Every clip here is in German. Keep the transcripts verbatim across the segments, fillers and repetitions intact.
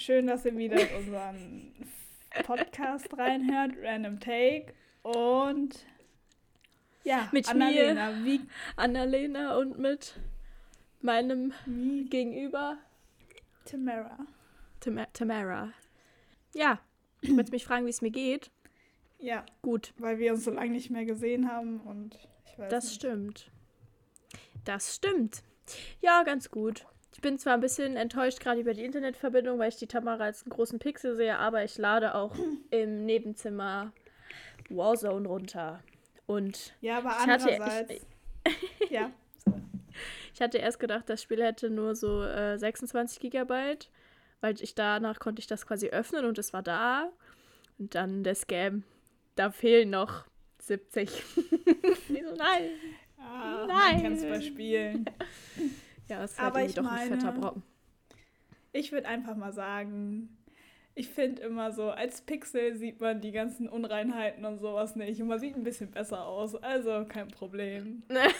schön, dass ihr wieder in unseren Podcast reinhört, Random Take. Und ja, mit Annalena, mir, wie Annalena und mit meinem wie Gegenüber, Tamara. Tam- Tamara. Ja, du willst mich fragen, wie es mir geht? Ja, Gut, weil wir uns so lange nicht mehr gesehen haben und ich weiß das nicht. stimmt. Das stimmt. Ja, ganz gut. Ich bin zwar ein bisschen enttäuscht gerade über die Internetverbindung, weil ich die Tamara als einen großen Pixel sehe, aber ich lade auch im Nebenzimmer Warzone runter. Und Ja, aber ich hatte, andererseits, ich, ja, ich hatte erst gedacht, das Spiel hätte nur so äh, sechsundzwanzig Gigabyte, weil ich danach konnte ich das quasi öffnen und es war da. Und dann der Scam, da fehlen noch siebzig. Ich so, nein. ah, Nein. man kennt es bei Spielen. Ja, es ist Aber halt ich irgendwie doch ein fetter meine- Brocken. Ich würde einfach mal sagen, ich finde immer so, als Pixel sieht man die ganzen Unreinheiten und sowas nicht. Und man sieht ein bisschen besser aus, also kein Problem.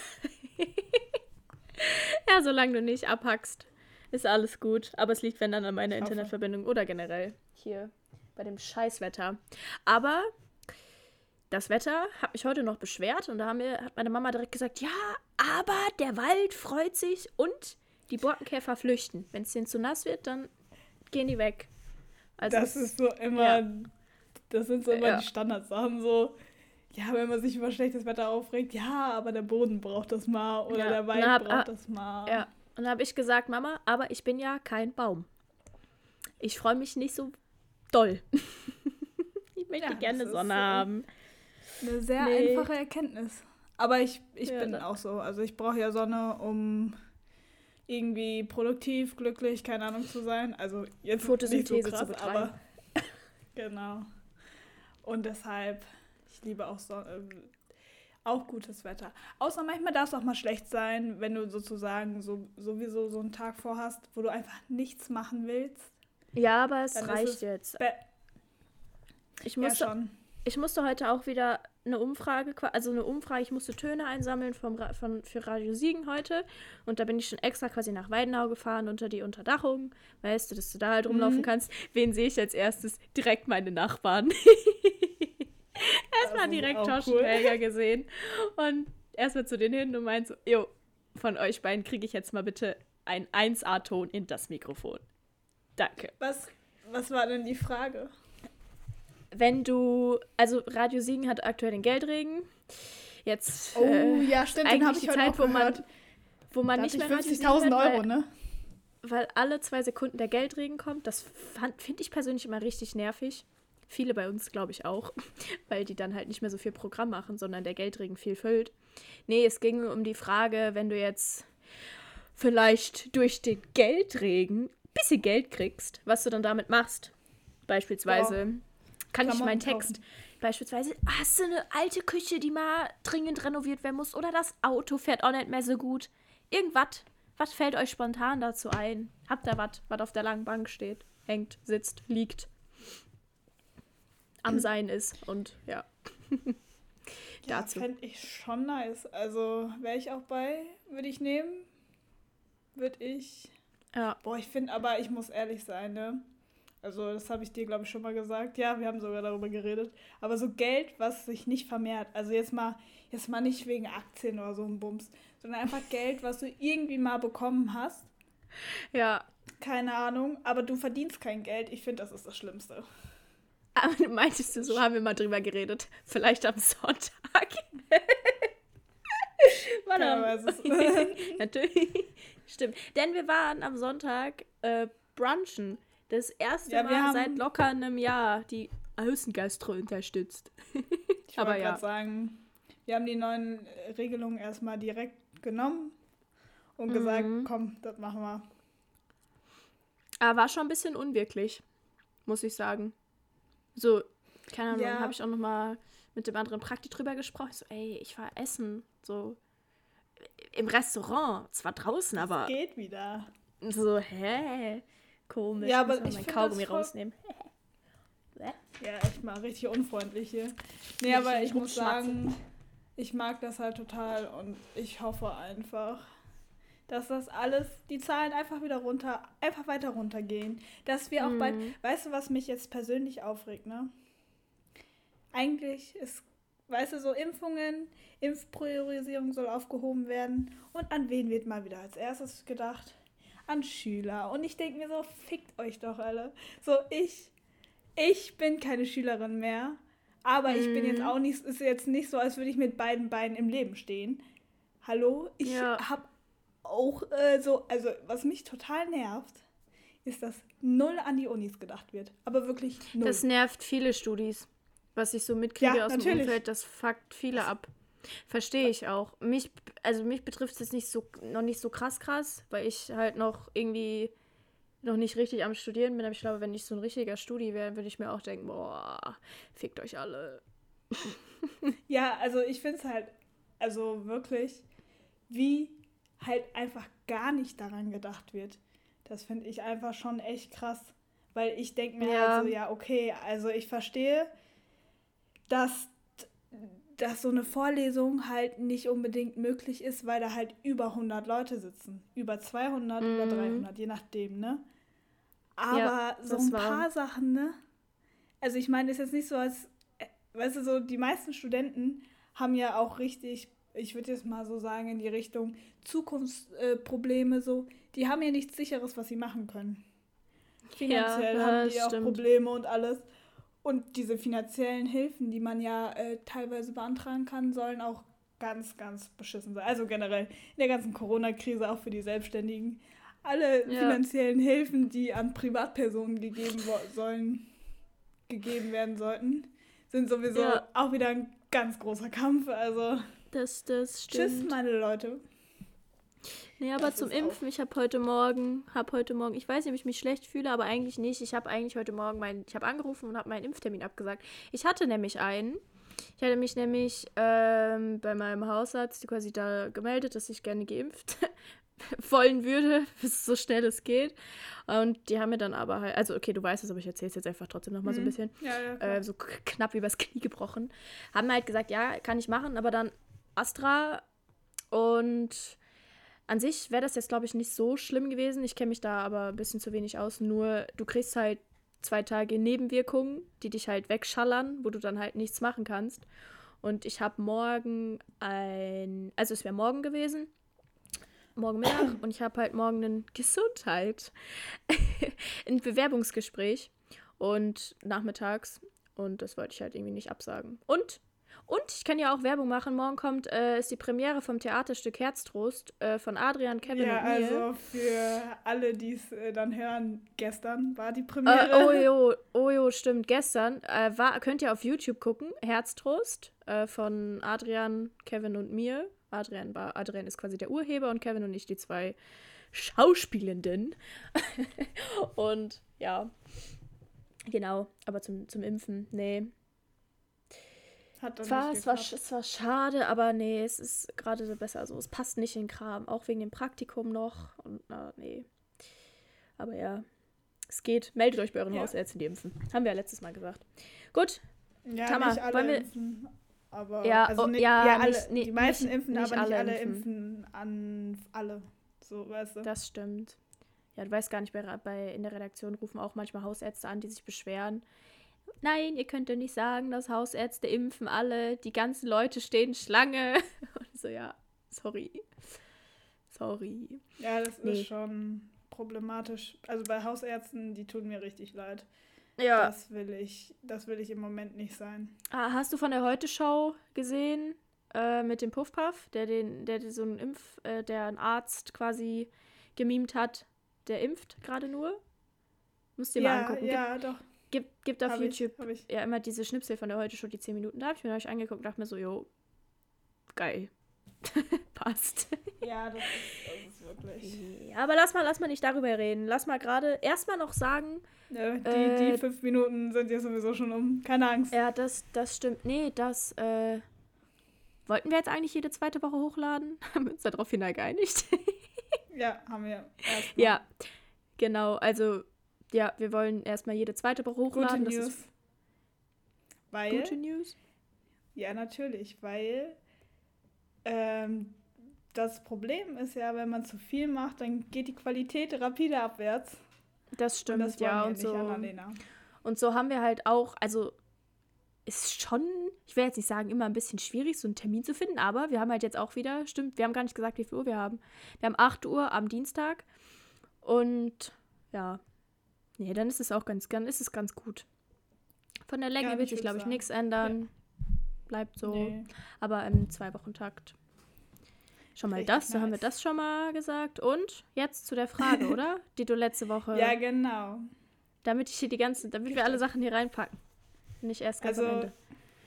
Ja, solange du nicht abhackst, ist alles gut. Aber es liegt, wenn dann, an meiner Ich hoffe. Internetverbindung oder generell hier bei dem Scheißwetter. Aber das Wetter hat mich heute noch beschwert und da haben wir, hat meine Mama direkt gesagt, ja, aber der Wald freut sich und die Borkenkäfer flüchten. Wenn es denen zu nass wird, dann gehen die weg. Also Das ist so immer, ja. das sind so immer Ja. die Standardsachen so. Ja, wenn man sich über schlechtes Wetter aufregt, ja, aber der Boden braucht das mal oder Ja, der Wald na, hab- braucht ah, das mal. Ja, und dann habe ich gesagt, Mama, aber ich bin ja kein Baum. Ich freue mich nicht so doll. Ich möchte Ja, gerne das ist, Sonne äh, haben. Eine sehr Nee. einfache Erkenntnis. Aber ich, ich Ja, bin dann- auch so. Also ich brauche ja Sonne, um irgendwie produktiv, glücklich, keine Ahnung zu sein. Also jetzt Photosynthese nicht zu so krass, betreiben. aber genau. Und deshalb, ich liebe auch so, äh, auch gutes Wetter. Außer manchmal darf es auch mal schlecht sein, wenn du sozusagen so, sowieso so einen Tag vorhast, wo du einfach nichts machen willst. Ja, aber es Dann ist reicht es jetzt. Be- Ich ja, musste, schon. ich musste heute auch wieder eine Umfrage, qua- also eine Umfrage, ich musste Töne einsammeln vom, Ra- von, für Radio Siegen heute. Und da bin ich schon extra quasi nach Weidenau gefahren, unter die Unterdachung. Weißt du, dass du da halt rumlaufen Mhm. kannst. Wen sehe ich als erstes? Direkt meine Nachbarn. Erstmal Das ist direkt auch Taschenträger gesehen. Und erstmal zu denen hin und meint so, jo, von euch beiden kriege ich jetzt mal bitte einen eins A-Ton in das Mikrofon. Danke. Was, was war denn die Frage? Wenn du, also Radio Siegen hat aktuell den Geldregen. Jetzt Oh, äh, ja, stimmt, den eigentlich habe ich die heute Zeit, auch wo man, gehört. wo man Da nicht hatte mehr ich Radio Siegen fünfzigtausend hört, Euro, weil, ne? weil alle zwei Sekunden der Geldregen kommt. Das finde ich persönlich immer richtig nervig. Viele bei uns, glaube ich, auch. Weil die dann halt nicht mehr so viel Programm machen, sondern der Geldregen viel füllt. Nee, es ging um die Frage, wenn du jetzt vielleicht durch den Geldregen ein bisschen Geld kriegst, was du dann damit machst. Beispielsweise kann ich meinen Klamotten kaufen. Text, beispielsweise, hast du eine alte Küche, die mal dringend renoviert werden muss oder das Auto fährt auch nicht mehr so gut. Irgendwas, was fällt euch spontan dazu ein? Habt ihr was, was auf der langen Bank steht, hängt, sitzt, liegt, am Sein ist und ja. Ja, Dazu. fände ich schon nice. Also wäre ich auch bei, würde ich nehmen. Würde ich. Ja. Boah, ich finde aber, ich muss ehrlich sein, ne? Also das habe ich dir, glaube ich, schon mal gesagt. Ja, wir haben sogar darüber geredet. Aber so Geld, was sich nicht vermehrt. Also jetzt mal, jetzt mal nicht wegen Aktien oder so ein Bums, sondern einfach Geld, was du irgendwie mal bekommen hast. Ja. Keine Ahnung, aber du verdienst kein Geld. Ich finde, das ist das Schlimmste. Aber meintest du, so haben wir mal drüber geredet. Vielleicht am Sonntag. Wann Keiner am- weiß es. Natürlich. Stimmt. Denn wir waren am Sonntag äh, brunchen. Das erste Ja, wir Mal haben- seit locker einem Jahr die Außengastro unterstützt. Ich Aber wollte ja. gerade sagen, wir haben die neuen äh, Regelungen erstmal direkt genommen und gesagt, Mhm. komm, das machen wir. Aber war schon ein bisschen unwirklich, muss ich sagen. So, keine Ahnung, Ja. habe ich auch noch mal mit dem anderen Prakti drüber gesprochen. Ich so, ey, ich war essen, so im Restaurant, zwar draußen, aber Geht wieder. so, hä? Komisch. Ja, aber muss mal ich mein find Kaugummi das voll- rausnehmen. Ja, echt mal richtig unfreundlich hier. Nee, Richtig aber ich muss rumschmatzen. sagen, ich mag das halt total und ich hoffe einfach, dass das alles, die Zahlen einfach wieder runter, einfach weiter runtergehen. Dass wir auch Mhm. bald, weißt du, was mich jetzt persönlich aufregt, ne? Eigentlich ist, weißt du, so Impfungen, Impfpriorisierung soll aufgehoben werden. Und an wen wird mal wieder als erstes gedacht? An Schüler. Und ich denke mir so, fickt euch doch alle. So, ich, ich bin keine Schülerin mehr. Aber ich bin jetzt Mhm. auch nicht, ist jetzt nicht so, als würde ich mit beiden Beinen im Leben stehen. Hallo? Ich Ja. habe auch äh, so, also was mich total nervt, ist, dass null an die Unis gedacht wird. Aber wirklich null. Das nervt viele Studis. Was ich so mitkriege Ja, aus dem natürlich. Umfeld, das fuckt viele Das- ab. Verstehe ich auch. Mich, also mich betrifft es jetzt nicht so, noch nicht so krass krass, weil ich halt noch irgendwie noch nicht richtig am Studieren bin. Aber ich glaube, wenn ich so ein richtiger Studi wäre, würde ich mir auch denken, boah, fickt euch alle. Ja, also ich finde es halt, also wirklich, wie halt einfach gar nicht daran gedacht wird. Das finde ich einfach schon echt krass. Weil ich denke mir Ja. halt so, ja, okay, also ich verstehe, dass, dass so eine Vorlesung halt nicht unbedingt möglich ist, weil da halt über hundert Leute sitzen. Über zweihundert, über Mhm. dreihundert, je nachdem, ne? Aber Ja, so das ein war- paar Sachen, ne? Also ich meine, ist jetzt nicht so, als, äh, weißt du, so die meisten Studenten haben ja auch richtig, ich würde jetzt mal so sagen, in die Richtung Zukunftsprobleme so, die haben ja nichts Sicheres, was sie machen können. Finanziell Ja, haben die das auch stimmt. Probleme und alles. Und diese finanziellen Hilfen, die man ja äh, teilweise beantragen kann, sollen auch ganz, ganz beschissen sein. Also generell in der ganzen Corona-Krise auch für die Selbstständigen. Alle Ja. finanziellen Hilfen, die an Privatpersonen gegeben wo- sollen, gegeben werden sollten, sind sowieso Ja. auch wieder ein ganz großer Kampf. Also Das, das stimmt. tschüss, meine Leute. Nee, aber Das zum ist auch- Impfen, ich habe heute Morgen, habe heute Morgen, ich weiß nicht, ob ich mich schlecht fühle, aber eigentlich nicht. Ich habe eigentlich heute Morgen meinen, ich habe angerufen und habe meinen Impftermin abgesagt. Ich hatte nämlich einen. Ich hatte mich nämlich ähm, bei meinem Hausarzt quasi da gemeldet, dass ich gerne geimpft wollen würde, bis so schnell es geht. Und die haben mir dann aber halt, also okay, du weißt es, aber ich erzähle es jetzt einfach trotzdem nochmal so ein Mhm. bisschen. Ja, ja, klar. äh, so k- knapp übers Knie gebrochen. Haben halt gesagt, ja, kann ich machen, aber dann Astra. Und an sich wäre das jetzt, glaube ich, nicht so schlimm gewesen. Ich kenne mich da aber ein bisschen zu wenig aus. Nur du kriegst halt zwei Tage Nebenwirkungen, die dich halt wegschallern, wo du dann halt nichts machen kannst. Und ich habe morgen ein, also es wäre morgen gewesen, morgen Mittag, und ich habe halt morgen einen Gesundheit, ein Bewerbungsgespräch und nachmittags, und das wollte ich halt irgendwie nicht absagen. Und, und ich kann ja auch Werbung machen, morgen kommt, äh, ist die Premiere vom Theaterstück Herztrost äh, von Adrian, Kevin Ja, und mir. also für alle, die es äh, dann hören, gestern war die Äh, Premiere. oh jo, oh jo, stimmt, gestern. Äh, war, könnt ihr auf YouTube gucken, Herztrost äh, von Adrian, Kevin und mir. Adrian, war, Adrian ist quasi der Urheber und Kevin und ich die zwei Schauspielenden. Und ja, genau, aber zum, zum Impfen, nee. Hat dann Es war, nicht es, war, geklappt. es war schade, aber nee, es ist gerade besser so. Es passt nicht in den Kram, auch wegen dem Praktikum noch. Und na, nee. Aber ja, es geht. Meldet euch bei euren Ja. Hausärzten, die impfen. Haben wir ja letztes Mal gesagt. Gut, Ja, Tamar, nicht alle wollen wir- impfen, aber Ja, also oh, ni- ja, ja, alle, nicht- ni- die meisten nicht- impfen, nicht aber nicht alle alle impfen. impfen an alle. So, weißt du? das stimmt. Ja, du weißt gar nicht, bei, bei, in der Redaktion rufen auch manchmal Hausärzte an, die sich beschweren. Nein, ihr könnt ja nicht sagen, dass Hausärzte impfen alle. Die ganzen Leute stehen Schlange. Und so, ja, sorry. Sorry. Ja, das Nee. ist schon problematisch. Also bei Hausärzten, die tun mir richtig leid. Ja. Das will ich, das will ich im Moment nicht sein. Ah, hast du von der Heute-Show gesehen, äh, mit dem Puffpuff, der den, der so einen Impf, äh, der ein Arzt quasi gemimt hat, der impft gerade nur? Musst dir mal Ja, angucken. ja, doch. Gibt, gibt, gibt auf Hab ich, YouTube hab ich. ja immer diese Schnipsel von der Heute-Show, die zehn Minuten. Da habe ich mir euch angeguckt und dachte mir so, jo, geil. Passt. Ja, das ist, das ist wirklich. Ja, aber lass mal, lass mal nicht darüber reden. Lass mal gerade erstmal noch sagen, Ja, die, Äh, die fünf Minuten sind ja sowieso schon um. Keine Angst. ja, das, das stimmt. Nee, das, äh, wollten wir jetzt eigentlich jede zweite Woche hochladen? Haben wir uns darauf final geeinigt? Ja, haben wir erstmal. Ja, genau. Also, ja, wir wollen erstmal jede zweite Woche Gute hochladen. Das News. ist Weil. gute News. Ja, natürlich, weil ähm, das Problem ist ja, wenn man zu viel macht, dann geht die Qualität rapide abwärts. Das stimmt, und das ja. wir Und nicht, so, Annalena. und so haben wir halt auch, also ist schon, ich will jetzt nicht sagen, immer ein bisschen schwierig, so einen Termin zu finden, aber wir haben halt jetzt auch wieder, stimmt, wir haben gar nicht gesagt, wie viel Uhr wir haben. Wir haben acht Uhr am Dienstag und ja, nee, dann ist es auch ganz, dann ist es ganz gut. Von der Länge Ja, wird ich sich, würd glaube ich, sagen. nichts ändern. Bleibt so. Nee. Aber im Zwei-Wochen-Takt. Schon mal Richtig das, so haben wir nice. das schon mal gesagt. Und jetzt zu der Frage, oder? Die du letzte Woche, Ja, genau. damit ich hier die ganzen, damit wir alle Sachen hier reinpacken. Nicht erst ganz am Also, Ende.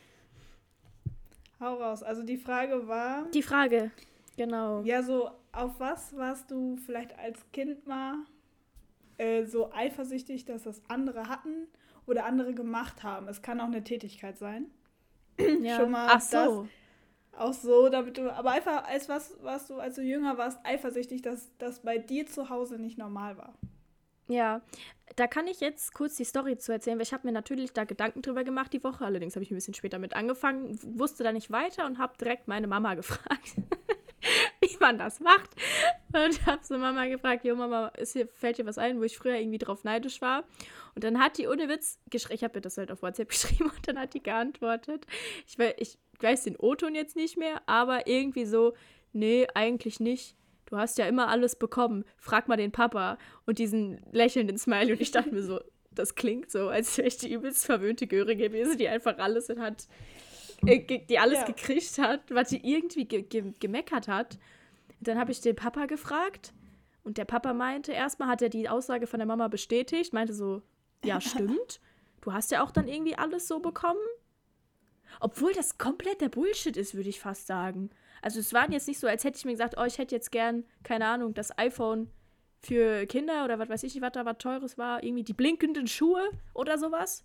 hau raus. Also die Frage war, Die Frage, genau. ja, so auf was warst du vielleicht als Kind mal äh, so eifersüchtig, dass das andere hatten oder andere gemacht haben? Es kann auch eine Tätigkeit sein. Ja. Schon mal Ach so. das auch so, damit du, aber einfach als was warst du, als du jünger warst, eifersüchtig, dass das bei dir zu Hause nicht normal war. Ja, da kann ich jetzt kurz die Story zu erzählen, weil ich habe mir natürlich da Gedanken drüber gemacht die Woche. Allerdings habe ich ein bisschen später mit angefangen, w- wusste da nicht weiter und habe direkt meine Mama gefragt, wie man das macht. Und habe so Mama gefragt, jo Mama, ist hier, fällt dir was ein, wo ich früher irgendwie drauf neidisch war? Und dann hat die ohne Witz geschrieben, ich habe ihr das halt auf WhatsApp geschrieben und dann hat die geantwortet. Ich, we- ich weiß den O-Ton jetzt nicht mehr, aber irgendwie so, nee, eigentlich nicht. Du hast ja immer alles bekommen. Frag mal den Papa. Und diesen lächelnden Smiley. Und ich dachte mir so, das klingt so, als wäre ich die übelst verwöhnte Göre gewesen, die einfach alles in hat, äh, ge- die alles Ja. gekriegt hat, was sie irgendwie ge ge gemeckert hat. Dann habe ich den Papa gefragt. Und der Papa meinte, erstmal hat er die Aussage von der Mama bestätigt. Meinte so, ja, stimmt. Du hast ja auch dann irgendwie alles so bekommen. Obwohl das komplett der Bullshit ist, würde ich fast sagen. Also es war jetzt nicht so, als hätte ich mir gesagt, oh, ich hätte jetzt gern, keine Ahnung, das iPhone für Kinder oder was weiß ich nicht, was da was Teures war. Irgendwie die blinkenden Schuhe oder sowas.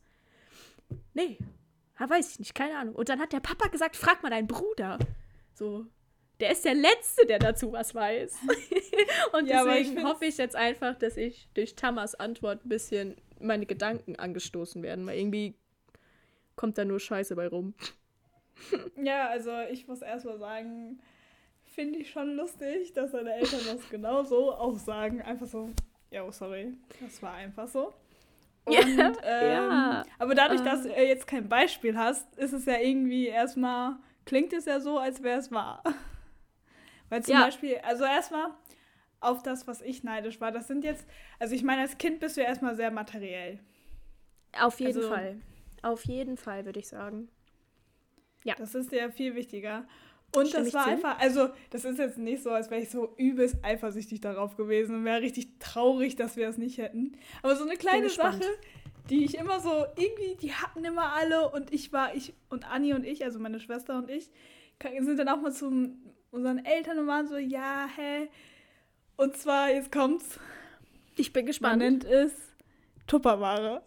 Nee, ha, weiß ich nicht, keine Ahnung. Und dann hat der Papa gesagt, frag mal deinen Bruder. So, der ist der Letzte, der dazu was weiß. Und Ja, aber ich deswegen find's- hoffe ich jetzt einfach, dass ich durch Tamas Antwort ein bisschen meine Gedanken angestoßen werden, weil irgendwie kommt da nur Scheiße bei rum. Ja, also ich muss erstmal sagen, finde ich schon lustig, dass seine Eltern das genau so auch sagen. Einfach so, ja, oh, sorry, das war einfach so. Und, Ja, ähm, ja. aber dadurch, Ähm. dass du äh, jetzt kein Beispiel hast, ist es ja irgendwie erstmal, klingt es ja so, als wäre es wahr. Weil zum Ja. Beispiel, also erstmal auf das, was ich neidisch war, das sind jetzt, also ich meine, als Kind bist du ja erstmal sehr materiell. Auf jeden Also- Fall. Auf jeden Fall, würde ich sagen. Ja. Das ist ja viel wichtiger. Und Stimme das ich war zu. einfach, also das ist jetzt nicht so, als wäre ich so übelst eifersüchtig darauf gewesen und wäre richtig traurig, dass wir es nicht hätten. Aber so eine kleine gespannt. Sache, die ich immer so, irgendwie, die hatten immer alle und ich war, ich und Anni und ich, also meine Schwester und ich, sind dann auch mal zu unseren Eltern und waren so, ja, hä? Und zwar, jetzt kommt's, Ich bin man gespannt. nennt es Tupperware.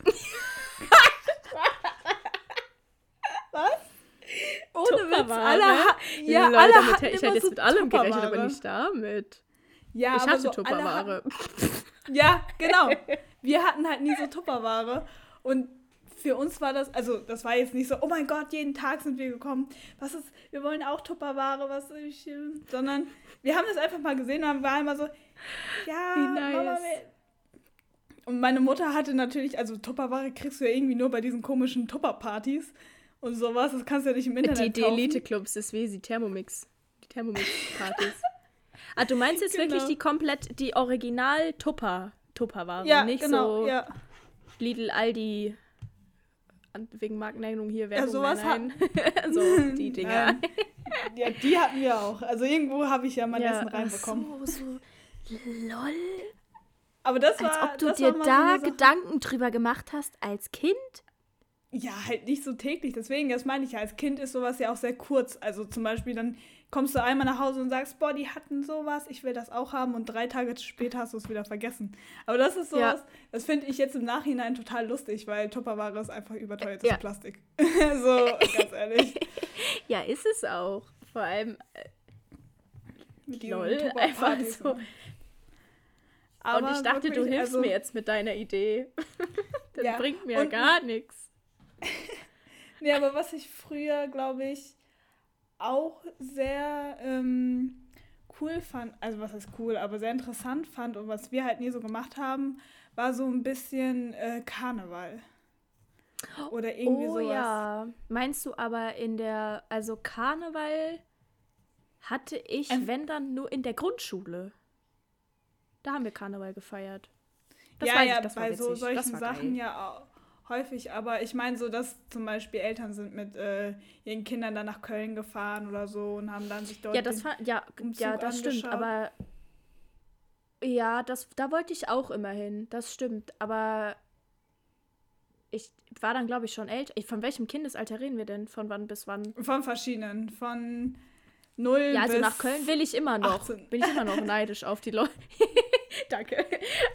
Was? Ohne Witz, Tupperware? alle, ha ja, Lol, alle damit, hatten ich immer hätte jetzt so mit allem gerechnet, aber Tupperware. nicht damit. Ja, ich aber hatte so alle Tupperware. hatten- Ja, genau. Wir hatten halt nie so Tupperware. Und für uns war das, also das war jetzt nicht so, oh mein Gott, jeden Tag sind wir gekommen. Was ist, wir wollen auch Tupperware, was ich, äh, sondern wir haben das einfach mal gesehen und waren immer so, ja, Wie nice. Mama will. Und meine Mutter hatte natürlich, also Tupperware kriegst du ja irgendwie nur bei diesen komischen Tupperpartys und sowas. Das kannst du ja nicht im Internet Die, die kaufen. Elite-Clubs, das wie die Thermomix. Die Thermomix-Partys. Ah, du meinst jetzt Genau. wirklich die komplett, die Original-Tupper, Tupperware, Ja, nicht genau, so ja. Lidl, Aldi, an- wegen Markennennung hier, Werbung, sowas nein, nein. So, die Dinger. Nein. Ja, die hatten wir auch. Also irgendwo habe ich ja mein Essen ach reinbekommen. so, so, lol. Aber das Als war, ob du das dir war mal so da eine Sache. Gedanken drüber gemacht hast als Kind? Ja, halt nicht so täglich. Deswegen, das meine ich ja. Als Kind ist sowas ja auch sehr kurz. Also zum Beispiel, dann kommst du einmal nach Hause und sagst, boah, die hatten sowas, ich will das auch haben. Und drei Tage später hast du es wieder vergessen. Aber das ist sowas, Ja. das finde ich jetzt im Nachhinein total lustig, weil Tupperware ist einfach überteuertes Ja. Plastik. So, ganz ehrlich. Ja, ist es auch. Vor allem, äh, Mit diesen lol, Tupperpartys. einfach so. Aber Und ich dachte, du wirklich, hilfst also, mir jetzt mit deiner Idee. Das Ja. bringt mir Und- gar nichts. Nee, aber was ich früher, glaube ich, auch sehr ähm, cool fand, also was heißt cool, aber sehr interessant fand und was wir halt nie so gemacht haben, war so ein bisschen äh, Karneval. Oder irgendwie oh sowas. ja. Meinst du aber in der, also Karneval hatte ich, Ähm, wenn dann, nur in der Grundschule. Da haben wir Karneval gefeiert. Das ja, weiß ja, ich, das war bei witzig. so Das solchen war Sachen geil. ja auch häufig, aber ich meine so, dass zum Beispiel Eltern sind mit äh, ihren Kindern dann nach Köln gefahren oder so und haben dann sich dort Ja, das den war, ja, Umzug ja, das stimmt, angeschaut. aber ja, das, da wollte ich auch immer hin. Das stimmt, aber ich war dann, glaube ich, schon älter. Ich- Von welchem Kindesalter reden wir denn? Von wann bis wann? Von verschiedenen, von null Ja, also bis nach Köln will ich immer noch. achtzehn. Bin ich immer noch neidisch auf die Leute. Danke.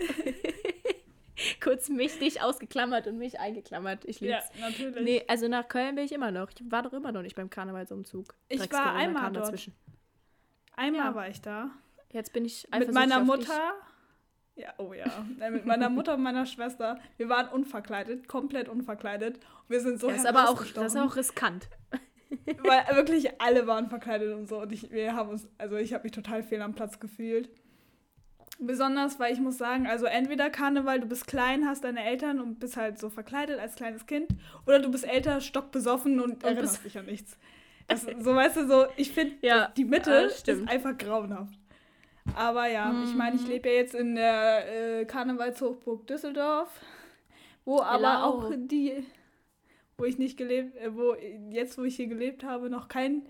Kurz mich nicht ausgeklammert und mich eingeklammert. Ich Ja, lieb's. natürlich. Nee, also nach Köln bin ich immer noch. Ich war doch immer noch nicht beim Karnevalsumzug. Ich Drecks war Corona einmal kam dort. dazwischen. Einmal Ja. war ich da. Jetzt bin ich Mit eifersüchtig meiner auf Mutter. Ja, oh ja. Äh, mit meiner Mutter und meiner Schwester. Wir waren unverkleidet, komplett unverkleidet. Und wir sind so dich. Das ist aber auch, das herausgestochen. ist auch riskant. Weil wirklich alle waren verkleidet und so. Und ich, wir haben uns, also ich habe mich total fehl am Platz gefühlt. Besonders, weil ich muss sagen, also entweder Karneval, du bist klein, hast deine Eltern und bist halt so verkleidet als kleines Kind. Oder du bist älter, stockbesoffen und, Und erinnerst bist- dich an nichts. Das, so, weißt du, so, ich finde, Ja, die Mitte ja, das stimmt. ist einfach grauenhaft. Aber ja, ich meine, ich Mhm. lebe ja jetzt in der äh, Karnevalshochburg Düsseldorf, wo aber Hello. auch die, wo ich nicht gelebt, äh, wo jetzt, wo ich hier gelebt habe, noch kein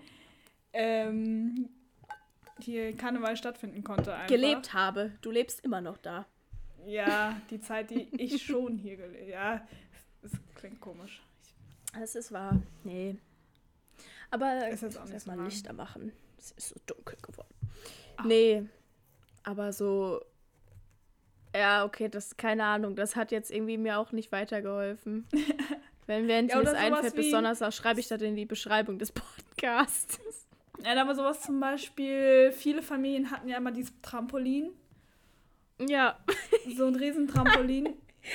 ähm, hier Karneval stattfinden konnte einfach. Gelebt habe. Du lebst immer noch da. Ja, die Zeit, die ich schon hier gelebt habe. Ja, es, es klingt komisch. Ich, Das ist wahr. Nee. Aber Ist ich jetzt auch muss nicht erstmal so lang. Lichter machen. Es ist so dunkel geworden. Ach. Nee. Aber so. Ja, okay, das, keine Ahnung, das hat jetzt irgendwie mir auch nicht weitergeholfen. Wenn mir Ja, nichts oder sowas einfällt bis wie- Donnerstag, schreibe ich das in die Beschreibung des Podcasts. ja, aber sowas zum Beispiel, viele Familien hatten ja immer dieses Trampolin, Ja, so ein Riesentrampolin.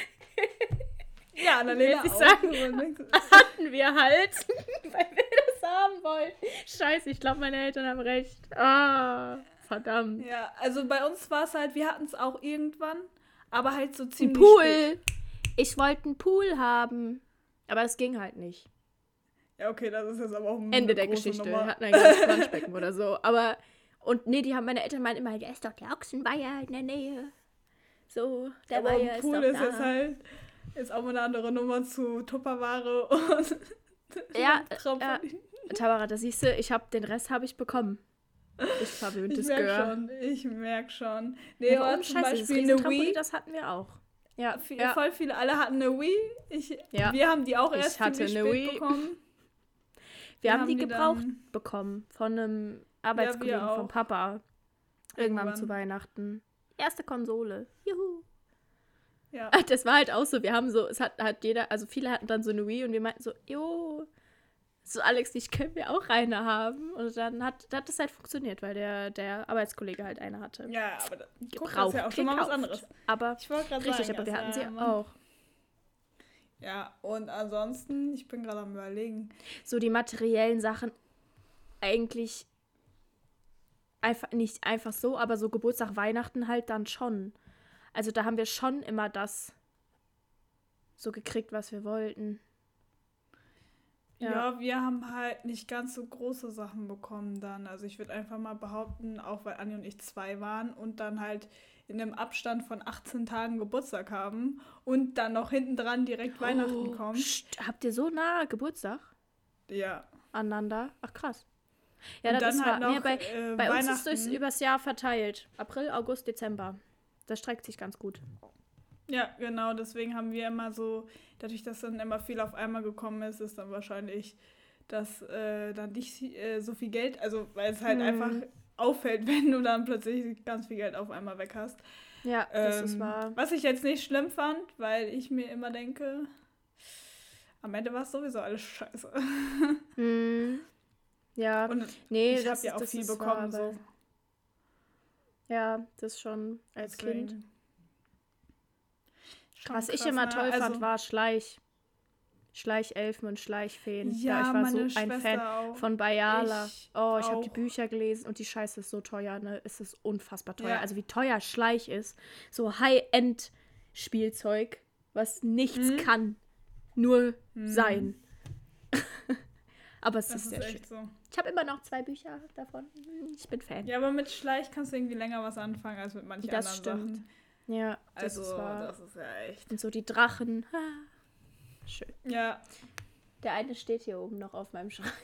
Ja, Annalena Will ich auch. sagen. So ein Ding. hatten wir halt, weil wir das haben wollen. Scheiße, ich glaube, meine Eltern haben recht. Ah, verdammt. Ja, also bei uns war es halt, wir hatten es auch irgendwann, aber halt so Ein ziemlich Pool. spät. Ich wollte einen Pool haben. Aber es ging halt nicht. Ja, okay, das ist jetzt aber auch eine Ende der große Geschichte. Wir Nummer. hatten ein ganzes Planschbecken oder so. Aber, und nee, die haben meine Eltern meinen immer, da ist doch der Ochsenweiher in der Nähe. So, der aber Weiher ein ist Pool doch ist da. jetzt halt ist auch mal eine andere Nummer zu Tupperware und Ja, Trampolin. Tamara, da siehst du, ich hab, den Rest habe ich bekommen. Ich Ich verwöhntes merk Girl. schon, ich merk schon. Nee, Ja, aber ohne zum Scheiße, das Beispiel eine Riesentrampolin, Wii. das hatten wir auch. Ja, Viel- ja. Voll viele, alle hatten eine Wii. Ich, Ja. Wir haben die auch Ich erst hatte ziemlich eine spät Wii. bekommen. Wir haben die die gebraucht dann- bekommen von einem Arbeitskollegen auch. vom Papa. Irgendwann, Irgendwann. zu Weihnachten. Erste Konsole. Juhu. Ja. Das war halt auch so, wir haben so, es hat, hat jeder, also viele hatten dann so eine Wii und wir meinten so, jo, so Alex, dich können wir auch eine haben. Und dann hat, hat das halt funktioniert, weil der, der Arbeitskollege halt eine hatte. Ja, aber da, guck, das Gebraucht, ist ja auch schon mal was gekauft. anderes. Aber Ich wollte gerade richtig, sagen, aber wir das hatten ist sie ja immer- auch. Ja, und ansonsten, ich bin gerade am Überlegen. So die materiellen Sachen eigentlich einfach nicht einfach so, aber so Geburtstag, Weihnachten halt dann schon. Also da haben wir schon immer das so gekriegt, was wir wollten. Ja. wir haben halt nicht ganz so große Sachen bekommen dann. Also ich würde einfach mal behaupten, auch weil Anni und ich zwei waren und dann halt in einem Abstand von achtzehn Tagen Geburtstag haben und dann noch hinten dran direkt Weihnachten Oh, kommt. Psst, habt ihr so nah Geburtstag Ja. aneinander? Ach krass. Ja, und das dann ist halt wahr. Nee, noch bei, äh, bei uns Weihnachten. ist es übers Jahr verteilt. April, August, Dezember. Das streckt sich ganz gut. Ja, genau, deswegen haben wir immer so, dadurch, dass dann immer viel auf einmal gekommen ist, ist dann wahrscheinlich, dass äh, dann nicht äh, so viel Geld, also weil es halt Mhm. einfach auffällt, wenn du dann plötzlich ganz viel Geld auf einmal weg hast. Ja, das Ähm, ist wahr. Was ich jetzt nicht schlimm fand, weil ich mir immer denke, am Ende war es sowieso alles scheiße. Hm. Ja, Und nee, ich das habe ja ist- auch das viel ist bekommen, wahr, weil- so. Ja, das schon als Deswegen Kind. schon Was ich krass, immer ne? toll Also- fand, war Schleich. Schleichelfen und Schleichfeen. Ja, ich war meine so ein Schwester Fan auch. von Bayala. Ich Oh, ich habe die auch. Bücher gelesen und die Scheiße ist so teuer, ne? Es ist unfassbar teuer. Ja. Also wie teuer Schleich ist. So High-End-Spielzeug, was nichts Mhm. kann. Nur Mhm. sein. Aber es Das ist ist sehr schön. echt so. Ich habe immer noch zwei Bücher davon. Ich bin Fan. Ja, aber mit Schleich kannst du irgendwie länger was anfangen als mit manchen Das anderen stimmt. Sachen. Ja, das Also, ist wahr. das ist ja echt. Und so die Drachen. Ah, schön. Ja. Der eine steht hier oben noch auf meinem Schrank.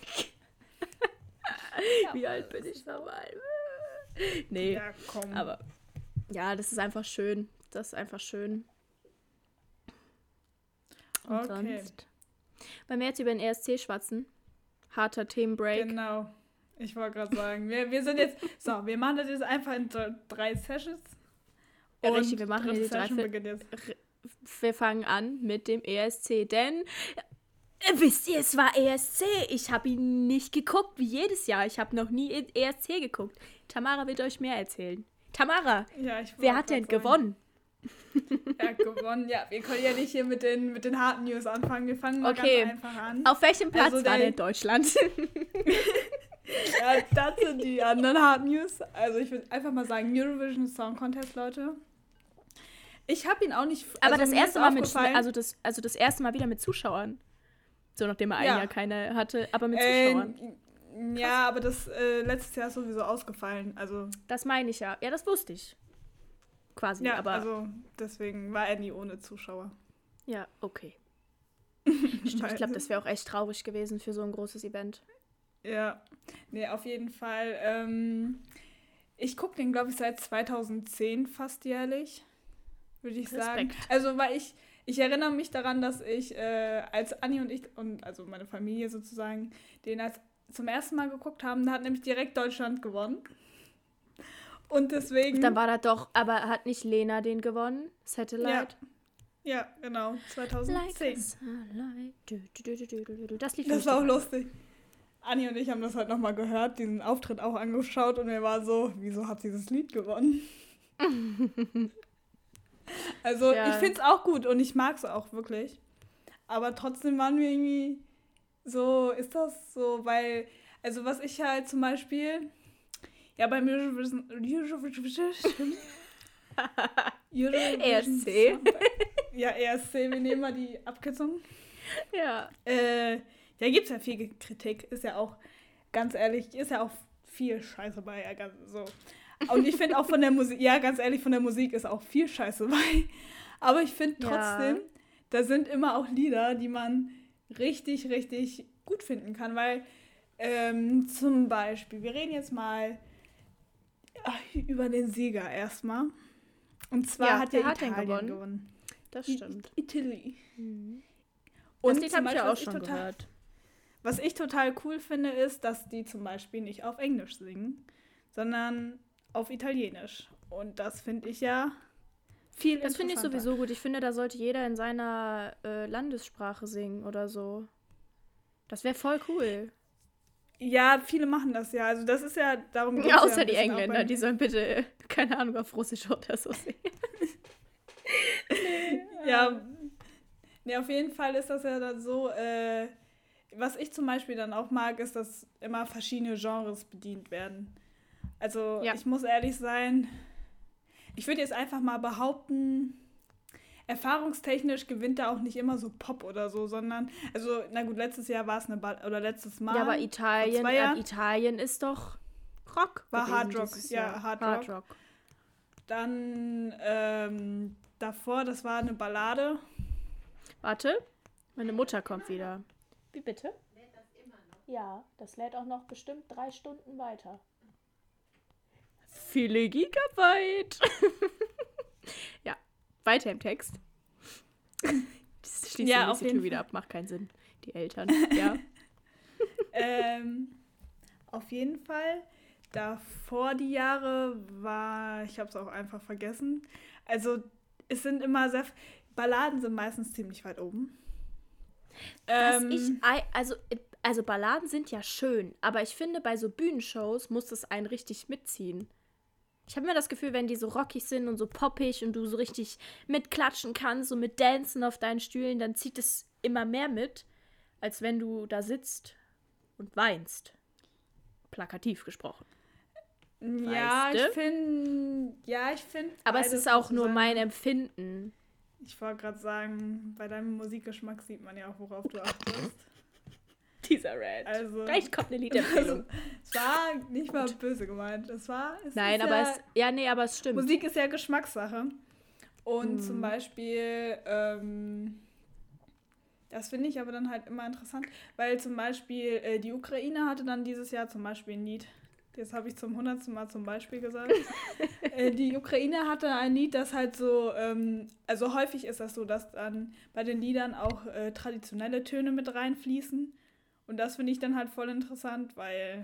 Wie alt bin ich nochmal? Nee, Ja, komm. aber ja, das ist einfach schön. Das ist einfach schön. Und Okay. sonst? Wenn wir jetzt über den E S C schwatzen, harter Themenbreak. Genau. Ich wollte gerade sagen, wir, wir sind jetzt, so, wir machen das jetzt einfach in dr- drei Sessions. Ja, Und richtig, wir machen dritte hier die drei Session Fi- beginnt jetzt. Wir fangen an mit dem E S C, denn äh, wisst ihr, es war E S C. Ich habe ihn nicht geguckt, wie jedes Jahr. Ich habe noch nie E S C geguckt. Tamara wird euch mehr erzählen. Tamara, Ja, ich wer wollte hat denn grad sagen, gewonnen? Er hat gewonnen. Ja, wir können ja nicht hier mit den, mit den harten News anfangen. Wir fangen mal Okay. ganz einfach an. Auf welchem Platz Also war der- denn Deutschland? Ja, das sind die anderen Hard News. Also ich würde einfach mal sagen, Eurovision Song Contest, Leute. Ich habe ihn auch nicht... Aber also das mir erste ist Mal mit, aufgefallen- also das, also das erste Mal wieder mit Zuschauern. So, nachdem er ein Ja. Jahr keine hatte, aber mit Äh, Zuschauern. ja, aber das äh, letztes Jahr ist sowieso ausgefallen. Also, Das meine ich ja. Ja, das wusste ich. Quasi, ja, aber also deswegen war er nie ohne Zuschauer. ja, okay. Stimmt, ich Weil- glaube, das wäre auch echt traurig gewesen für so ein großes Event. Ja, nee, auf jeden Fall. Ähm, ich gucke den, glaube ich, seit zweitausendzehn fast jährlich, würde ich sagen. Respekt. Also, weil ich, ich erinnere mich daran, dass ich, äh, als Anni und ich, und also meine Familie sozusagen, den als zum ersten Mal geguckt haben, da hat nämlich direkt Deutschland gewonnen. Und deswegen... Dann war da doch, aber hat nicht Lena den gewonnen? Satellite? Ja, genau, Like zweitausendzehn. a satellite. Du, du, du, du, du, du. Das Lied Das finde war auch ich doch- lustig. Anni und ich haben das halt nochmal gehört, diesen Auftritt auch angeschaut und mir war so, wieso hat dieses Lied gewonnen? Also Ja. ich finde es auch gut und ich mag es auch wirklich. Aber trotzdem waren wir irgendwie so, ist das so, weil, also was ich halt zum Beispiel, ja beim Eurovision, Eurovision, Eurovision E S C. Song- Ja, E S C, wir nehmen mal die Abkürzung. Ja. Äh, da gibt es ja viel Kritik, ist ja auch, ganz ehrlich, ist ja auch viel Scheiße bei, ja, ganz so. Und ich finde auch von der Musik, ja, ganz ehrlich, von der Musik ist auch viel Scheiße bei. Aber ich finde Ja. trotzdem, da sind immer auch Lieder, die man richtig, richtig gut finden kann, weil ähm, zum Beispiel, wir reden jetzt mal ach, über den Sieger erstmal. Und zwar Ja, hat wer ja hat denn Italien gewonnen? gewonnen. Das I- stimmt. Italy. Mhm. Und Das Lied zum habe ich ja Beispiel, auch was ich schon total- gehört. Was ich total cool finde, ist, dass die zum Beispiel nicht auf Englisch singen, sondern auf Italienisch. Und das finde ich ja viel Das finde ich interessanter. sowieso gut. Ich finde, da sollte jeder in seiner äh, Landessprache singen oder so. Das wäre voll cool. Ja, viele machen das ja. Also das ist ja, darum geht's Ja, ja außer ein die bisschen auch Engländer, beim- die sollen bitte, äh, keine Ahnung, auf Russisch oder so singen. Ja, nee, auf jeden Fall ist das ja dann so, äh, was ich zum Beispiel dann auch mag, ist, dass immer verschiedene Genres bedient werden. Also Ja. ich muss ehrlich sein, ich würde jetzt einfach mal behaupten, erfahrungstechnisch gewinnt da auch nicht immer so Pop oder so, sondern, also, na gut, letztes Jahr war es eine Ball oder letztes Mal. Ja, aber Italien, zwei äh, Jahren? Italien ist doch Rock. War gewesen Hard Rock, dieses ja, Jahr. Hard Hard Rock. Rock. Dann ähm, davor, das war eine Ballade. Warte, meine Mutter kommt wieder. Wie bitte? Lädt das immer noch? Ja, das lädt auch noch bestimmt drei Stunden weiter. Viele Gigabyte. Ja, weiter im Text. Das schließt Ja, die auf nächste jeden Tür wieder Fall. ab, macht keinen Sinn. Die Eltern, ja. ähm, auf jeden Fall. Davor die Jahre war, ich habe es auch einfach vergessen. Also es sind immer sehr, Balladen sind meistens ziemlich weit oben. Was Ähm, ich, ei- also, also Balladen sind ja schön, aber ich finde, bei so Bühnenshows muss es einen richtig mitziehen. Ich habe immer das Gefühl, wenn die so rockig sind und so poppig und du so richtig mitklatschen kannst, so mit Dancen auf deinen Stühlen, dann zieht es immer mehr mit, als wenn du da sitzt und weinst. Plakativ gesprochen. Ja, Weißt du? ich finde, ja, ich finde. Aber es ist auch nur mein Empfinden. Ich wollte gerade sagen, bei deinem Musikgeschmack sieht man ja auch, worauf du achtest. Dieser Rant. Also, Gleich kommt eine Liederempfehlung. Es war nicht mal böse gemeint. Es war. Es Nein, ist aber ja, es. Ja, nee, aber es stimmt. Musik ist ja Geschmackssache. Und Hm. zum Beispiel, ähm, das finde ich aber dann halt immer interessant, weil zum Beispiel äh, die Ukraine hatte dann dieses Jahr zum Beispiel ein Lied. Das habe ich zum hundertsten Mal zum Beispiel gesagt. äh, die Ukraine hatte ein Lied, das halt so, ähm, also häufig ist das so, dass dann bei den Liedern auch äh, traditionelle Töne mit reinfließen. Und das finde ich dann halt voll interessant, weil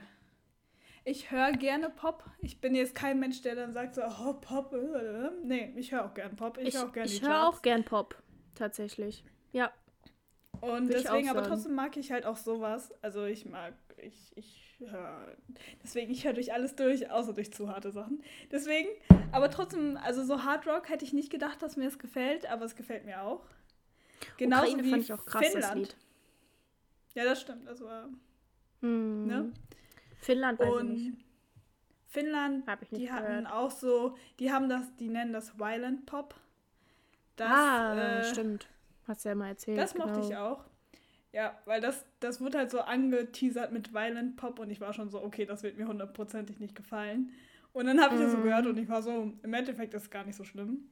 ich höre gerne Pop. Ich bin jetzt kein Mensch, der dann sagt so, oh, Pop. Äh, nee, ich höre auch gern Pop. Ich, Ich, höre auch gerne ich die höre Charts. auch gern Pop, tatsächlich. Ja. Und Würde ich deswegen, auch aber sagen. trotzdem mag ich halt auch sowas. Also ich mag, ich, ich höre, deswegen, ich höre durch alles durch, außer durch zu harte Sachen. Deswegen, aber trotzdem, also so Hard Rock hätte ich nicht gedacht, dass mir es gefällt, aber es gefällt mir auch. Genauso Ukraine wie fand ich auch krass, das Finnland. Lied. Ja, das stimmt. Das war, Hm. ne? Finnland weiß ich Und nicht. Finnland, Hab ich nicht die hatten gehört. auch so, die haben das, die nennen das Violent Pop. Das, ah, äh, stimmt. Hast du ja mal erzählt. Das genau. mochte ich auch. Ja, weil das, das wurde halt so angeteasert mit Violent Pop und ich war schon so, okay, das wird mir hundertprozentig nicht gefallen. Und dann habe ich das so Mhm. gehört und ich war so, im Endeffekt ist es gar nicht so schlimm.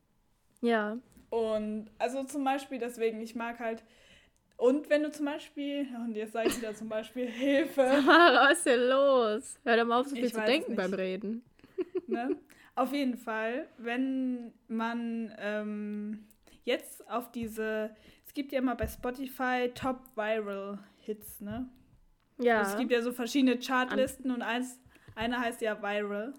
Ja. Und also zum Beispiel deswegen, ich mag halt, und wenn du zum Beispiel, und jetzt sage ich wieder zum Beispiel Hilfe, Mara, was ist denn los? Hör doch mal auf, so viel Ich zu weiß denken es beim nicht. Reden. ne? Auf jeden Fall, wenn man ähm, jetzt auf diese, es gibt ja immer bei Spotify Top Viral Hits, ne? Ja. Also es gibt ja so verschiedene Chartlisten und eins, eine heißt ja Viral.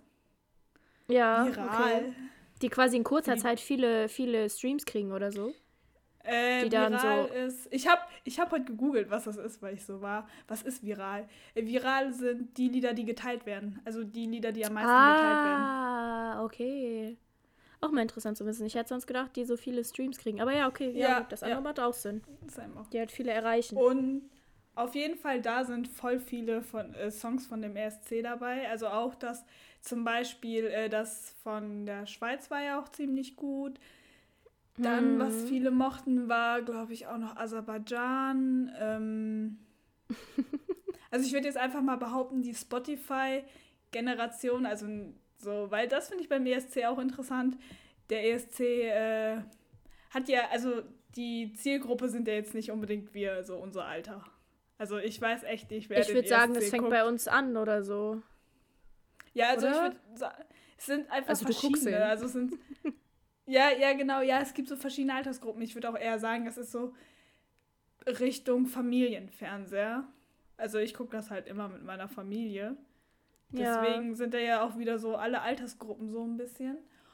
ja, Viral. okay. Die quasi in kurzer Die- Zeit viele, viele Streams kriegen oder so. Äh, Die dann viral so- ist. Ich habe ich hab heute gegoogelt, was das ist, weil ich so war. Was ist viral? Äh, viral sind die Lieder, die geteilt werden. Also die Lieder, die am meisten geteilt werden. Ah, okay. Auch mal interessant zu wissen. Ich hätte sonst gedacht, die so viele Streams kriegen. Aber ja, okay. Ja, Ja, gut, das ja. andere macht auch Sinn. Das ist einfach. Die halt viele erreichen. Und auf jeden Fall, da sind voll viele von, äh, Songs von dem E S C dabei. Also auch das, zum Beispiel, äh, das von der Schweiz war ja auch ziemlich gut. Dann, Hm. was viele mochten, war, glaube ich, auch noch Aserbaidschan. Ähm also ich würde jetzt einfach mal behaupten, die Spotify-Generation, also so, weil das finde ich beim E S C auch interessant. Der E S C äh, hat ja, also die Zielgruppe sind ja jetzt nicht unbedingt wir, so unser Alter. Also ich weiß echt nicht, wer Ich den würde sagen, E S C es fängt guckt. bei uns an oder so. Ja, also oder? ich würde sagen, es sind einfach Also du guckst verschiedene. ihn. Also es sind ja, ja, genau, ja, es gibt so verschiedene Altersgruppen. Ich würde auch eher sagen, das ist so Richtung Familienfernseher. Also ich gucke das halt immer mit meiner Familie. Deswegen sind da ja auch wieder so alle Altersgruppen so ein bisschen.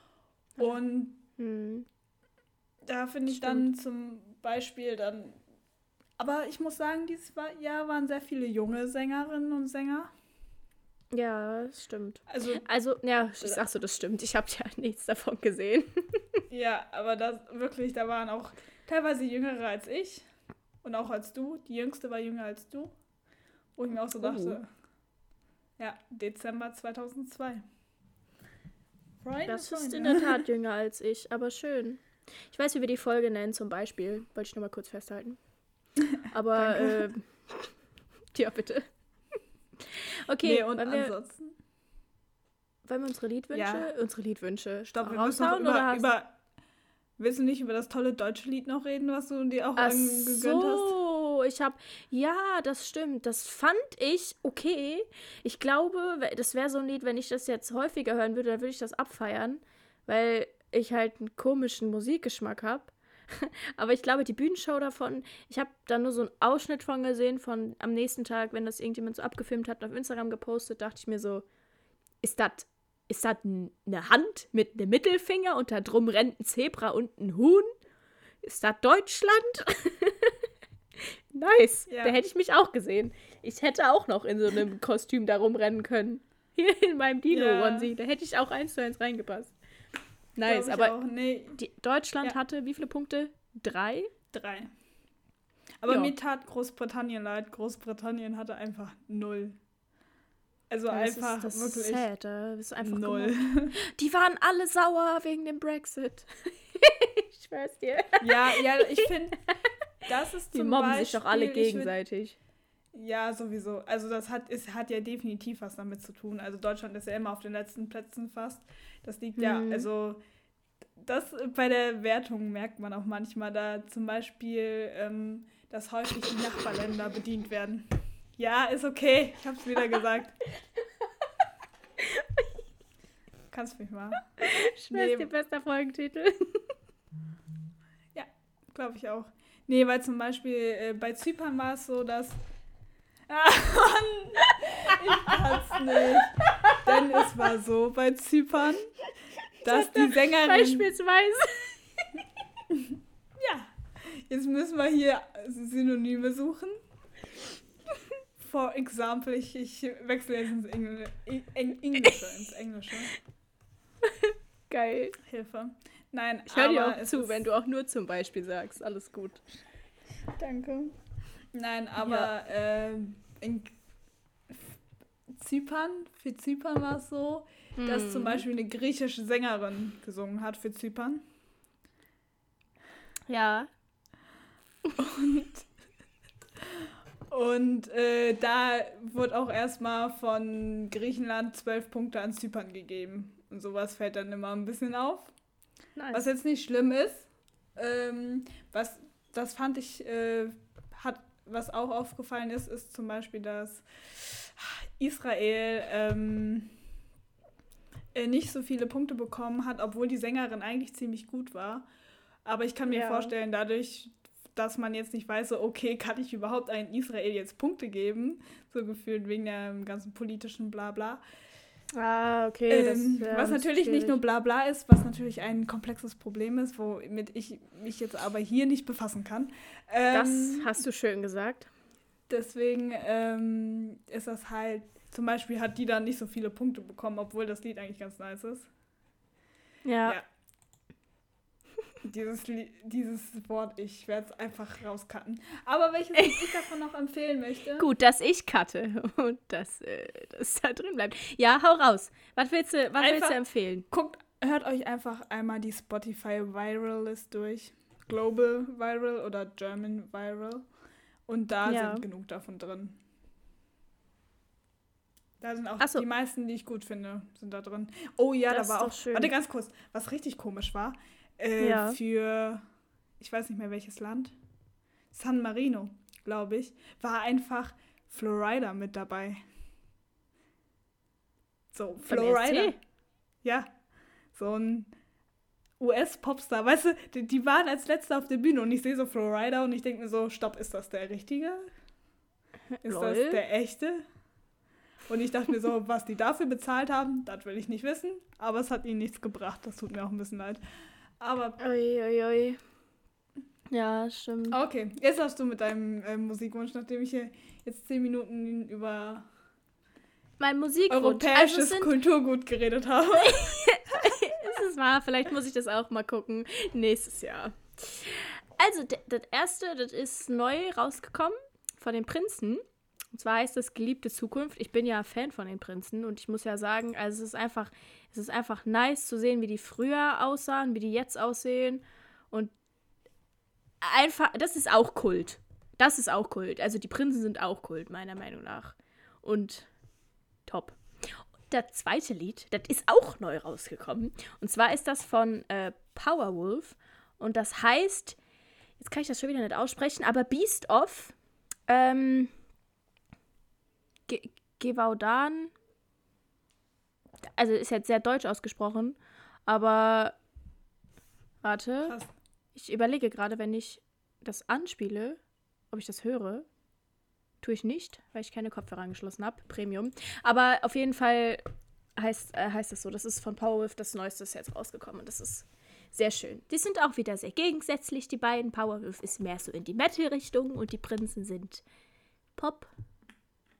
Und Ja. Hm. da finde ich dann zum Beispiel dann, aber ich muss sagen, dieses Jahr waren sehr viele junge Sängerinnen und Sänger. Ja, das stimmt. Also Also, ja, ich sag so, das stimmt. Ich habe ja nichts davon gesehen. ja, aber das wirklich, da waren auch teilweise Jüngere als ich und auch als du. Die Jüngste war jünger als du. Wo ich mir auch so dachte, ja, Dezember zweitausendzwei. Freunde, Das ist Freunde. in der Tat jünger als ich, aber schön. Ich weiß, wie wir die Folge nennen, zum Beispiel. Wollte ich nur mal kurz festhalten. Aber, äh, ja, bitte. Okay, Nee, und wollen, wir, ansonsten. wollen wir unsere Liedwünsche, Ja. unsere Liedwünsche Stopp, wir müssen noch raushauen? oder über, hast über. Willst du nicht über das tolle deutsche Lied noch reden, was du dir auch Ach angegönnt hast? so, ich habe, ja, das stimmt, das fand ich okay. Ich glaube, we- das wäre so ein Lied, wenn ich das jetzt häufiger hören würde, dann würde ich das abfeiern, weil ich halt einen komischen Musikgeschmack habe. Aber ich glaube, die Bühnenshow davon, ich habe da nur so einen Ausschnitt von gesehen, von am nächsten Tag, wenn das irgendjemand so abgefilmt hat, und auf Instagram gepostet, dachte ich mir so, ist das ist das eine Hand mit einem Mittelfinger und da drum rennt ein Zebra und ein Huhn? Ist das Deutschland? Nice. Ja. Da hätte ich mich auch gesehen. Ich hätte auch noch in so einem Kostüm da rumrennen können. Hier in meinem Dino-Onesie. Ja. Da hätte ich auch eins zu eins reingepasst. Nice, Glaub ich aber auch. Nee, die, Deutschland Ja. hatte wie viele Punkte? Drei? drei. Aber Ja. mir tat Großbritannien leid. Großbritannien hatte einfach null. Also Ja, das einfach ist, das wirklich ist sad, da bist du einfach null. gemobbt. Die waren alle sauer wegen dem Brexit. Ich schwör's dir. Ja, ja, ich finde, das ist Die zum mobben Beispiel, sich doch alle ich würd- gegenseitig. Ja, sowieso. Also das hat, es hat ja definitiv was damit zu tun. Also Deutschland ist ja immer auf den letzten Plätzen fast. Das liegt ja, Hm. also das bei der Wertung merkt man auch manchmal, da zum Beispiel, ähm, dass häufig die Nachbarländer bedient werden. Ja, ist okay. Ich hab's wieder gesagt. Kannst mich mal. Schwör's Nee. dir, bester Folgentitel. Glaube ich auch. Nee, weil zum Beispiel äh, bei Zypern war es so, dass. Ah, Mann! Ich kann's nicht. Denn es war so bei Zypern, dass die Sängerin. Beispielsweise. Ja, jetzt müssen wir hier Synonyme suchen. For example, ich, ich wechsle jetzt ins Engl Eng Englische, ins Englische. Geil. Hilfe. Nein, Ich höre dir aber auch es zu, ist- wenn du auch nur zum Beispiel sagst. Alles gut. Danke. Nein, aber ähm, in Zypern, für Zypern war es so, dass Hm. zum Beispiel eine griechische Sängerin gesungen hat für Zypern. Ja. Und äh, da wurde auch erstmal von Griechenland zwölf Punkte an Zypern gegeben. Und sowas fällt dann immer ein bisschen auf. Nice. Was jetzt nicht schlimm ist, ähm, was das fand ich, äh, hat, was auch aufgefallen ist, ist zum Beispiel, dass Israel ähm, äh, nicht so viele Punkte bekommen hat, obwohl die Sängerin eigentlich ziemlich gut war. Aber ich kann mir Ja. vorstellen, dadurch, dass man jetzt nicht weiß, so, okay, kann ich überhaupt einen Israel jetzt Punkte geben? So gefühlt wegen dem ganzen politischen Blabla. Ah, okay. Das, Ähm, ja, was das ist natürlich nicht schwierig. nur Blabla ist, was natürlich ein komplexes Problem ist, womit ich mich jetzt aber hier nicht befassen kann. Das Ähm, hast du schön gesagt. deswegen ähm, ist das halt, zum Beispiel hat die dann nicht so viele Punkte bekommen, obwohl das Lied eigentlich ganz nice ist. Ja. Ja. Dieses, Lie- dieses Wort, ich werde es einfach rauscutten. Aber welches Lied ich davon noch empfehlen möchte. Gut, dass ich cutte und dass äh, das da drin bleibt. Ja, hau raus. Was willst du, was willst Einfach- du empfehlen? Guckt, hört euch einfach einmal die Spotify Viral List durch. Global Viral oder German Viral. Und da Ja. sind genug davon drin. Da sind auch Ach so. die meisten, die ich gut finde, sind da drin. Oh ja, Das da war ist auch. doch schön. Warte ganz kurz, was richtig komisch war. Äh, Ja. Für, ich weiß nicht mehr welches Land. San Marino, glaube ich, war einfach Florida mit dabei. So, Beim Florida. S C? Ja, so ein U S-Popstar. Weißt du, die, die waren als letzter auf der Bühne und ich sehe so Florida und ich denke mir so, stopp, ist das der Richtige? Ist Lol. das der Echte? Und ich dachte mir so, was die dafür bezahlt haben, das will ich nicht wissen. Aber es hat ihnen nichts gebracht. Das tut mir auch ein bisschen leid. Aber Ui, ui, ui. Ja, stimmt. okay, jetzt darfst du mit deinem äh, Musikwunsch, nachdem ich hier jetzt zehn Minuten über Mein Musikwunsch. Also europäisches es sind, Kulturgut geredet habe. ist es wahr, vielleicht muss ich das auch mal gucken. Nächstes Jahr. Also, d- das erste, das ist neu rausgekommen von den Prinzen. Und zwar heißt das Geliebte Zukunft. Ich bin ja Fan von den Prinzen und ich muss ja sagen, also es ist einfach, es ist einfach nice zu sehen, wie die früher aussahen, wie die jetzt aussehen. Und einfach, das ist auch Kult. Das ist auch Kult. Also die Prinzen sind auch Kult, meiner Meinung nach. Und top. Das zweite Lied, das ist auch neu rausgekommen. Und zwar ist das von äh, Powerwolf. Und das heißt, jetzt kann ich das schon wieder nicht aussprechen, aber Beast of ähm, Ge- Gevaudan. Also ist jetzt sehr deutsch ausgesprochen, aber warte, Krass. ich überlege gerade, wenn ich das anspiele, ob ich das höre. Tue ich nicht, weil ich keine Kopfhörer angeschlossen habe. Premium. Aber auf jeden Fall heißt, äh, heißt das so. Das ist von Powerwolf, das Neueste ist jetzt rausgekommen. Und das ist sehr schön. Die sind auch wieder sehr gegensätzlich, die beiden. Powerwolf ist mehr so in die Metal-Richtung und die Prinzen sind Pop.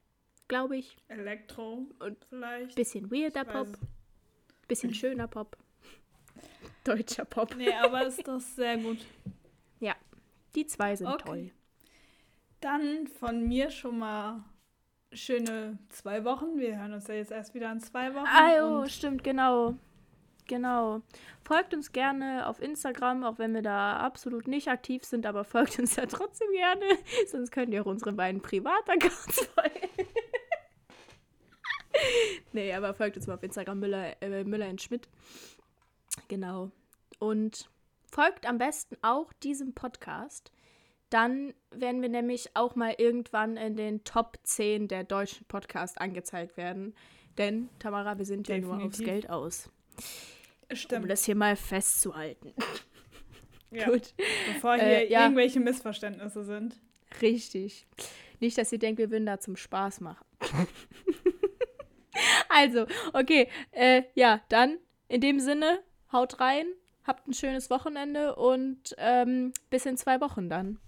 glaube ich. Elektro Und vielleicht. Bisschen weirder Ich weiß Pop, es. bisschen schöner Pop. Deutscher Pop. Nee, aber ist doch sehr gut. Ja, die zwei sind Okay. toll. Dann von mir schon mal schöne zwei Wochen. Wir hören uns ja jetzt erst wieder in zwei Wochen. Ah, jo, und stimmt, genau. Genau. Folgt uns gerne auf Instagram, auch wenn wir da absolut nicht aktiv sind, aber folgt uns da trotzdem gerne. Sonst könnt ihr auch unsere beiden Privataccounts folgen. Nee, aber folgt uns mal auf Instagram, Müller, äh, Müller und Schmidt. Genau. Und folgt am besten auch diesem Podcast. Dann werden wir nämlich auch mal irgendwann in den Top zehn der deutschen Podcasts angezeigt werden. Denn, Tamara, wir sind ja nur aufs Definitiv. Geld aus. Um Stimmt. das hier mal festzuhalten. Ja. Gut. Bevor hier Äh, ja. irgendwelche Missverständnisse sind. Richtig. Nicht, dass ihr denkt, wir würden da zum Spaß machen. Also, okay. Äh, ja, dann in dem Sinne, haut rein, habt ein schönes Wochenende und ähm, bis in zwei Wochen dann.